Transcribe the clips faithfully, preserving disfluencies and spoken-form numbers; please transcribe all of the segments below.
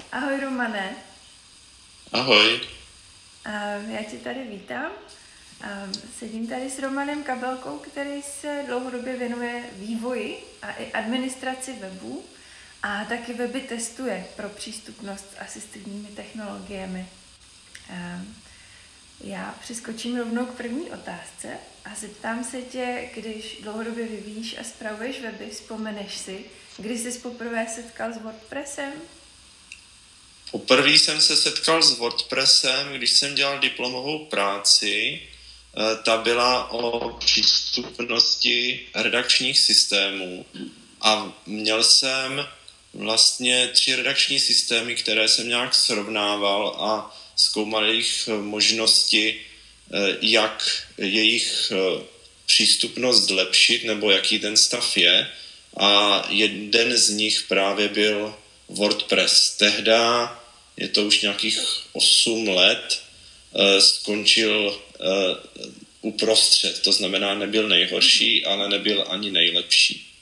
Ahoj Romane. Ahoj. Já tě tady vítám. Sedím tady s Romanem Kabelkou, který se dlouhodobě věnuje vývoji a i administraci webu a taky weby testuje pro přístupnost s asistivními technologiemi. Já přeskočím rovnou k první otázce a zeptám se tě, když dlouhodobě vyvíjíš a spravuješ weby, vzpomeneš si, kdy jsi poprvé setkal s WordPressem? Poprvé jsem se setkal s WordPressem, když jsem dělal diplomovou práci. Ta byla o přístupnosti redakčních systémů a měl jsem vlastně tři redakční systémy, které jsem nějak srovnával a zkoumal jejich možnosti, jak jejich přístupnost zlepšit nebo jaký ten stav je. A jeden z nich právě byl WordPress. Tehda, je to už nějakých osm let, skončil uprostřed. To znamená, nebyl nejhorší, ale nebyl ani nejlepší.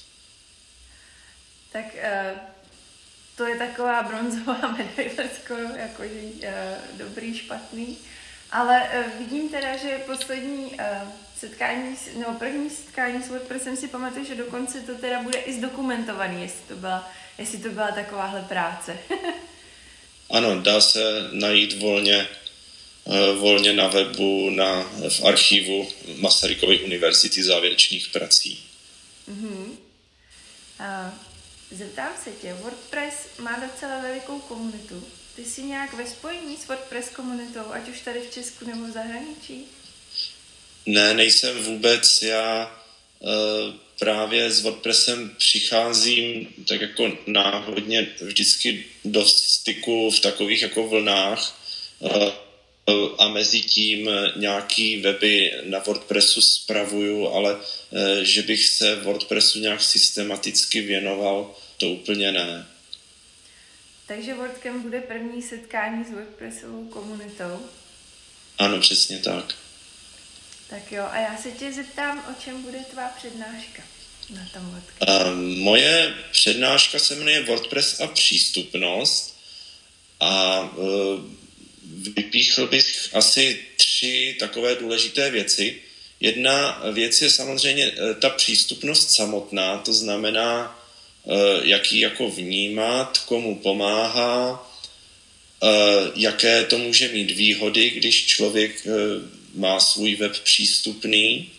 Tak to je taková bronzová medaile skoro, jakože dobrý, špatný. Ale vidím teda, že poslední setkání, nebo první setkání s WordPressem si pamatuju, že dokonce to teda bude i zdokumentovaný, jestli to byla, jestli to byla takováhle práce. Ano, dá se najít volně, volně na webu, na, v archivu Masarykovy univerzity závěrečných prací. Mm-hmm. A zeptám se tě, WordPress má docela velikou komunitu. Ty jsi nějak ve spojení s WordPress komunitou, ať už tady v Česku nebo v zahraničí? Ne, nejsem vůbec. Já e, právě s WordPressem přicházím tak jako náhodně vždycky do styku v takových jako vlnách e, a mezi tím nějaký weby na WordPressu spravuju, ale e, že bych se WordPressu nějak systematicky věnoval, to úplně ne. Takže WordCamp bude první setkání s WordPressovou komunitou? Ano, přesně tak. Tak jo, a já se tě zeptám, o čem bude tvá přednáška na tom WordCampu? Uh, moje přednáška se jmenuje WordPress a přístupnost a uh, vypíchl bych asi tři takové důležité věci. Jedna věc je samozřejmě ta přístupnost samotná, to znamená, jak ji jako vnímat, komu pomáhá, jaké to může mít výhody, když člověk má svůj web přístupný.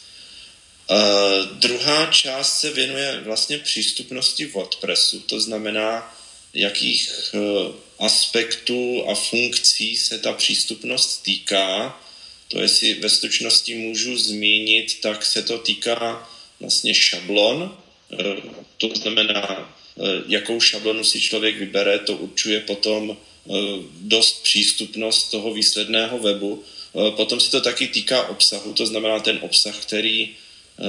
Druhá část se věnuje vlastně přístupnosti WordPressu, to znamená, jakých aspektů a funkcí se ta přístupnost týká. To, jestli ve stručnosti můžu zmínit, tak se to týká vlastně šablon. To znamená, jakou šablonu si člověk vybere, to určuje potom dost přístupnost toho výsledného webu. Potom se to taky týká obsahu, to znamená ten obsah, který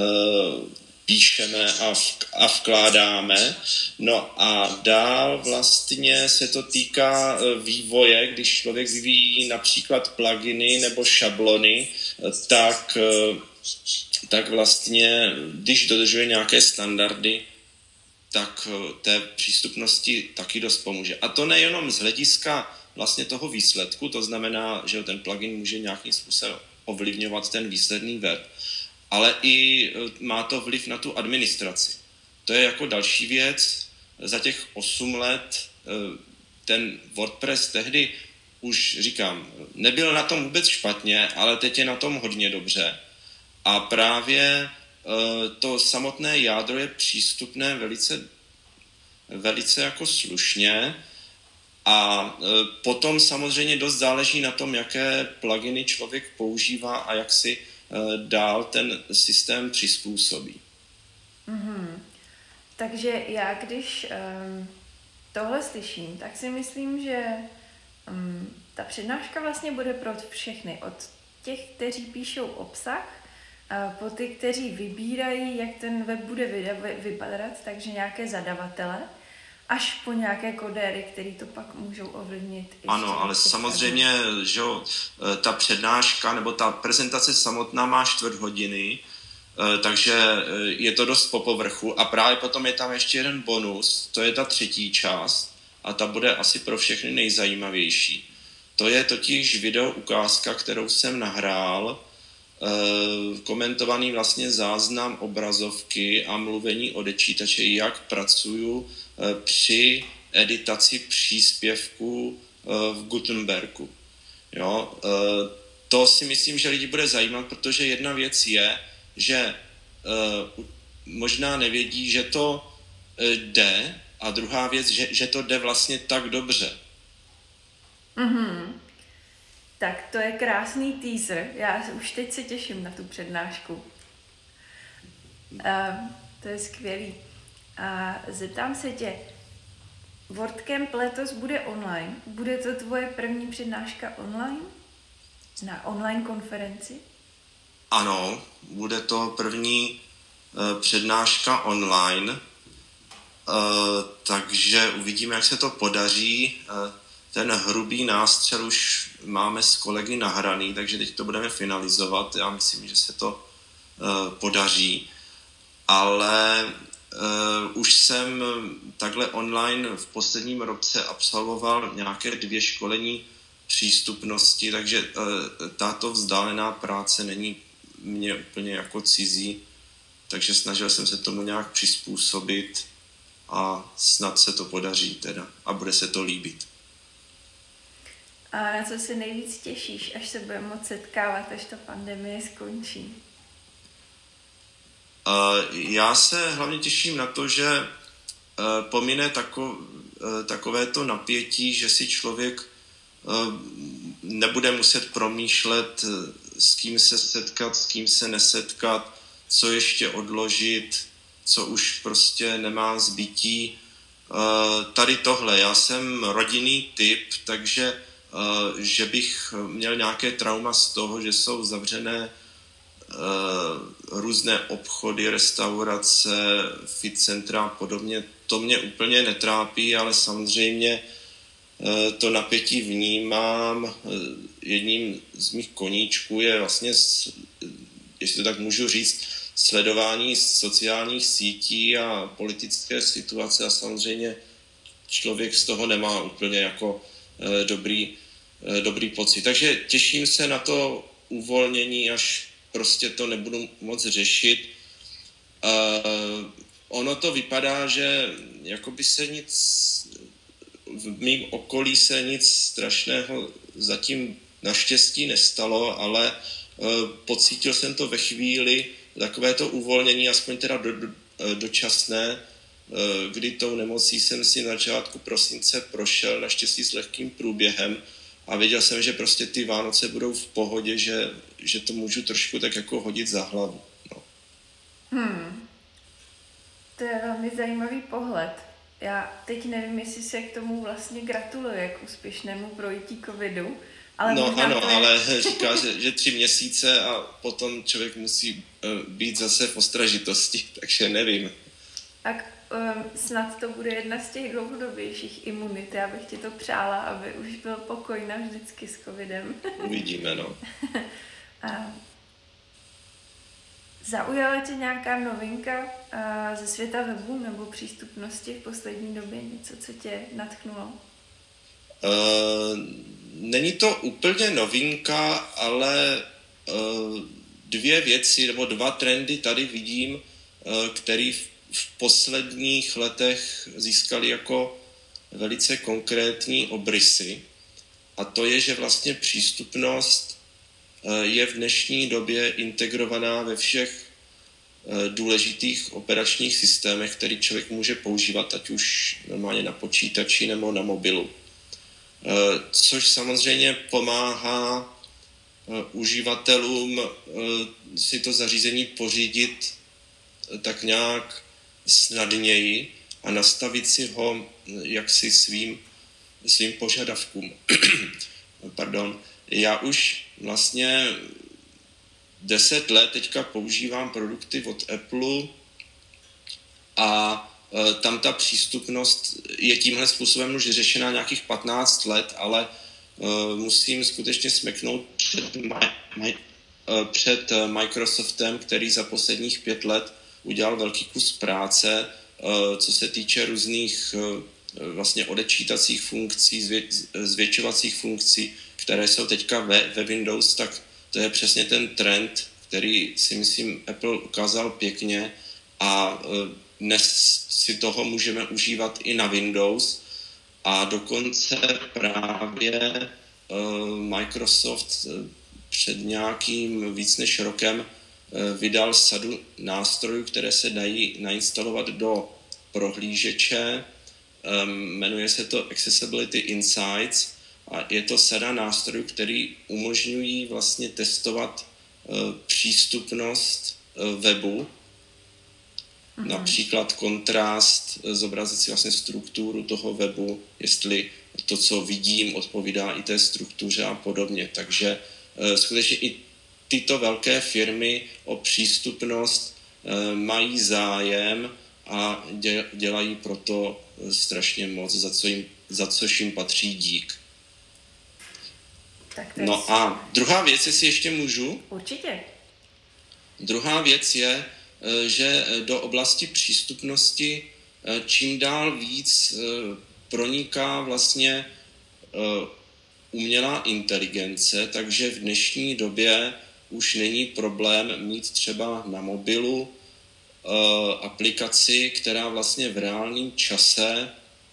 píšeme a, v, a vkládáme. No a dál vlastně se to týká vývoje, když člověk vyvíjí například pluginy nebo šablony, tak, tak vlastně, když dodržuje nějaké standardy, tak té přístupnosti taky dost pomůže. A to nejenom z hlediska vlastně toho výsledku, to znamená, že ten plugin může nějakým způsobem ovlivňovat ten výsledný web, ale i má to vliv na tu administraci. To je jako další věc. Za těch osm let ten WordPress tehdy už říkám, nebyl na tom vůbec špatně, ale teď je na tom hodně dobře. A právě to samotné jádro je přístupné velice, velice jako slušně a potom samozřejmě dost záleží na tom, jaké pluginy člověk používá a jak si dál ten systém přizpůsobí. Mm-hmm. Takže já, když um, tohle slyším, tak si myslím, že um, ta přednáška vlastně bude pro všechny. Od těch, kteří píšou obsah, uh, po ty, kteří vybírají, jak ten web bude vypadat, takže nějaké zadavatele, až po nějaké kodéry, který to pak můžou ovlivnit. Ano, ale samozřejmě, že ta přednáška nebo ta prezentace samotná má čtvrt hodiny, takže je to dost po povrchu a právě potom je tam ještě jeden bonus, to je ta třetí část, a ta bude asi pro všechny nejzajímavější. To je totiž video ukázka, kterou jsem nahrál, komentovaný vlastně záznam obrazovky a mluvení o odečítače, jak pracuju při editaci příspěvků v Gutenbergu. Jo, to si myslím, že lidi bude zajímat, protože jedna věc je, že možná nevědí, že to jde, a druhá věc, že, že to jde vlastně tak dobře. Mm-hmm. Tak to je krásný teaser. Já už teď se těším na tu přednášku. Uh, to je skvělý. A zeptám se tě, WordCamp letos bude online. Bude to tvoje první přednáška online? Na online konferenci? Ano, bude to první uh, přednáška online, uh, takže uvidíme, jak se to podaří. Uh, ten hrubý nástřel už máme s kolegy nahraný, takže teď to budeme finalizovat. Já myslím, že se to uh, podaří. Ale uh, už jsem takhle online v posledním roce absolvoval nějaké dvě školení přístupnosti, takže uh, tato vzdálená práce není mě úplně jako cizí, takže snažil jsem se tomu nějak přizpůsobit a snad se to podaří teda a bude se to líbit. A na co se nejvíc těšíš, až se budeme moct setkávat, až ta pandemie skončí? Uh, já se hlavně těším na to, že uh, pomine tako, uh, takové to napětí, že si člověk uh, nebude muset promýšlet, uh, s kým se setkat, s kým se nesetkat, co ještě odložit, co už prostě nemá zbytí. Uh, tady tohle, já jsem rodinný typ, takže uh, že bych měl nějaké trauma z toho, že jsou zavřené Uh, různé obchody, restaurace, fit centra a podobně. To mě úplně netrápí, ale samozřejmě uh, to napětí vnímám. Uh, jedním z mých koníčků je vlastně, jestli to tak můžu říct, sledování sociálních sítí a politické situace a samozřejmě člověk z toho nemá úplně jako uh, dobrý, uh, dobrý pocit. Takže těším se na to uvolnění, až prostě to nebudu moc řešit. Uh, ono to vypadá, že jakoby se nic, v mým okolí se nic strašného zatím naštěstí nestalo, ale uh, pocítil jsem to ve chvíli, takové to uvolnění, aspoň teda do, do, dočasné, uh, kdy tou nemocí jsem si na začátku prosince prošel naštěstí s lehkým průběhem a věděl jsem, že prostě ty Vánoce budou v pohodě, že že to můžu trošku tak jako hodit za hlavu. No. Hmm. To je velmi zajímavý pohled. Já teď nevím, jestli se k tomu vlastně gratuluje, k úspěšnému projití covidu. Ale no ano, je... ale říká, že, že tři měsíce a potom člověk musí uh, být zase v ostražitosti, takže nevím. Tak um, snad to bude jedna z těch dlouhodobějších imunit. Já bych ti to přála, aby už byl pokoj navždycky s covidem. Uvidíme, no. A zaujala tě nějaká novinka ze světa webu nebo přístupnosti v poslední době? Něco, co tě nadchnulo? Uh, není to úplně novinka, ale uh, dvě věci nebo dva trendy tady vidím, uh, které v, v posledních letech získaly jako velice konkrétní obrysy. A to je, že vlastně přístupnost je v dnešní době integrovaná ve všech důležitých operačních systémech, který člověk může používat, ať už normálně na počítači nebo na mobilu. Což samozřejmě pomáhá uživatelům si to zařízení pořídit tak nějak snadněji a nastavit si ho jaksi svým, svým požadavkům. Pardon. Já už vlastně deset let teďka používám produkty od Apple a e, tam ta přístupnost je tímhle způsobem už řešená nějakých patnáct let, ale e, musím skutečně smeknout před, my, my, e, před Microsoftem, který za posledních pět let udělal velký kus práce, e, co se týče různých e, vlastně odečítacích funkcí, zvě, zvětšovacích funkcí, které jsou teďka ve, ve Windows, tak to je přesně ten trend, který si myslím Apple ukázal pěkně a dnes si toho můžeme užívat i na Windows a dokonce právě Microsoft před nějakým víc než rokem vydal sadu nástrojů, které se dají nainstalovat do prohlížeče. Jmenuje se to Accessibility Insights a je to sada nástrojů, který umožňují vlastně testovat přístupnost webu, mm-hmm. například kontrast, zobrazit si vlastně strukturu toho webu, jestli to, co vidím, odpovídá i té struktuře a podobně. Takže skutečně i tyto velké firmy o přístupnost mají zájem a dělají proto strašně moc, za, co jim, za což jim patří dík. No a druhá věc, jestli ještě můžu? Určitě. Druhá věc je, že do oblasti přístupnosti čím dál víc proniká vlastně umělá inteligence, takže v dnešní době už není problém mít třeba na mobilu aplikaci, která vlastně v reálném čase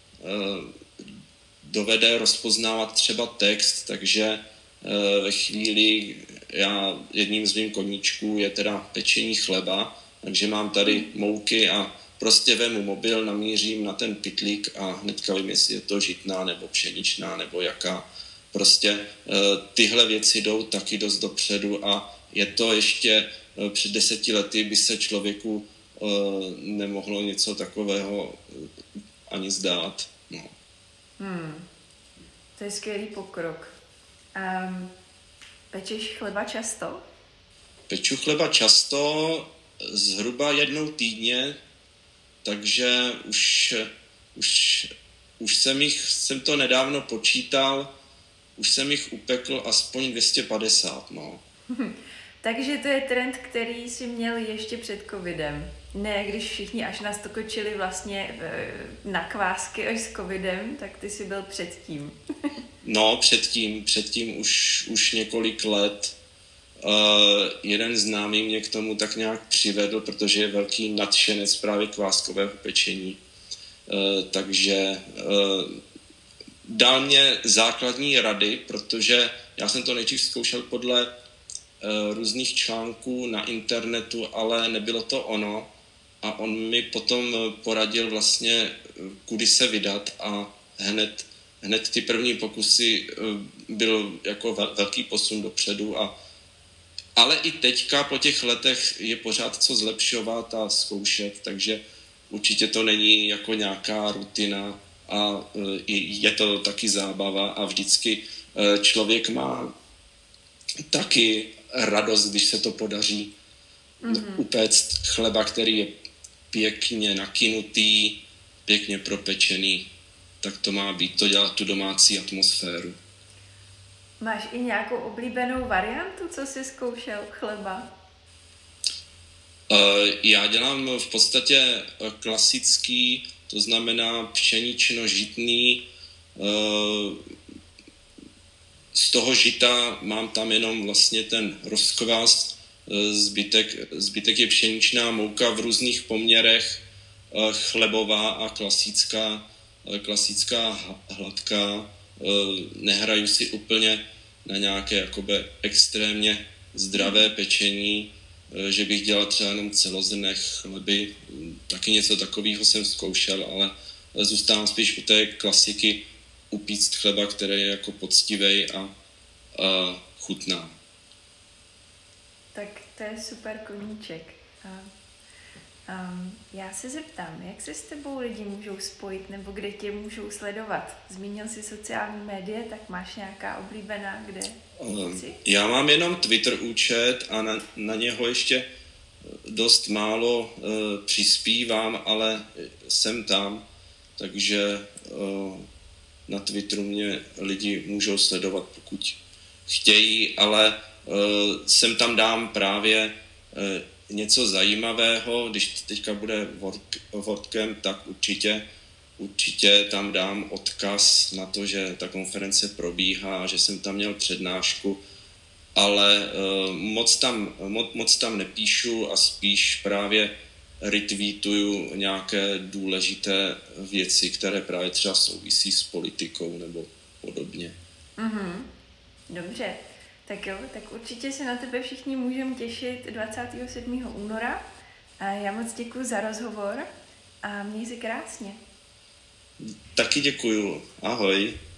dovede rozpoznávat třeba text, takže ve chvíli, já jedním z mým koníčků je teda pečení chleba, takže mám tady mouky a prostě vemu mobil, namířím na ten pytlík a hnedka vím, jestli je to žitná nebo pšeničná nebo jaká. Prostě tyhle věci jdou taky dost dopředu a je to ještě před deseti lety by se člověku nemohlo něco takového ani zdát. No. Hmm. To je skvělý pokrok. Um, pečeš chleba často? Peču chleba často, zhruba jednou týdně, takže už, už, už jsem, jich, jsem to nedávno počítal, už jsem jich upekl aspoň dvě stě padesát, no. Takže to je trend, který jsi měl ještě před covidem. Ne, když všichni až nastokočili vlastně na kvásky až s covidem, tak ty jsi byl předtím. No, předtím, předtím už, už několik let. Uh, jeden známý mě k tomu tak nějak přivedl, protože je velký nadšenec právě kváskového pečení. Uh, takže uh, dal mě základní rady, protože já jsem to nejdřív zkoušel podle uh, různých článků na internetu, ale nebylo to ono. A on mi potom poradil vlastně, kudy se vydat a hned, hned ty první pokusy byl jako velký posun dopředu. A, ale i teďka po těch letech je pořád co zlepšovat a zkoušet, takže určitě to není jako nějaká rutina a je to taky zábava a vždycky člověk má taky radost, když se to podaří mm-hmm. upéct chleba, který je pěkně nakynutý, pěkně propečený, tak to má být, to dělá tu domácí atmosféru. Máš i nějakou oblíbenou variantu, co jsi zkoušel chleba? Uh, já dělám v podstatě klasický, to znamená pšenično-žitný. Uh, z toho žita mám tam jenom vlastně ten rozkvas, Zbytek, zbytek je pšeničná mouka v různých poměrech, chlebová a klasická, klasická hladká. Nehraju si úplně na nějaké jakoby extrémně zdravé pečení, že bych dělal třeba jenom celozrnné chleby. Taky něco takového jsem zkoušel, ale zůstávám spíš u té klasiky upíct chleba, který je jako poctivej a, a chutná. Tak to je super koníček. Um, já se zeptám, jak se s tebou lidi můžou spojit nebo kde tě můžou sledovat? Zmínil jsi sociální média, tak máš nějaká oblíbená, kde jsi? Já mám jenom Twitter účet a na, na něho ještě dost málo uh, přispívám, ale jsem tam, takže uh, na Twitteru mě lidi můžou sledovat, pokud chtějí, ale uh, sem tam dám právě uh, něco zajímavého, když teďka bude WordCamp, tak určitě určitě tam dám odkaz na to, že ta konference probíhá, že jsem tam měl přednášku, ale uh, moc, tam, moc, moc tam nepíšu a spíš právě retweetuju nějaké důležité věci, které právě třeba souvisí s politikou nebo podobně. Mm-hmm. Dobře, tak jo, tak určitě se na tebe všichni můžeme těšit dvacátého sedmého února. A já moc děkuji za rozhovor a měj se krásně. Taky děkuju. Ahoj.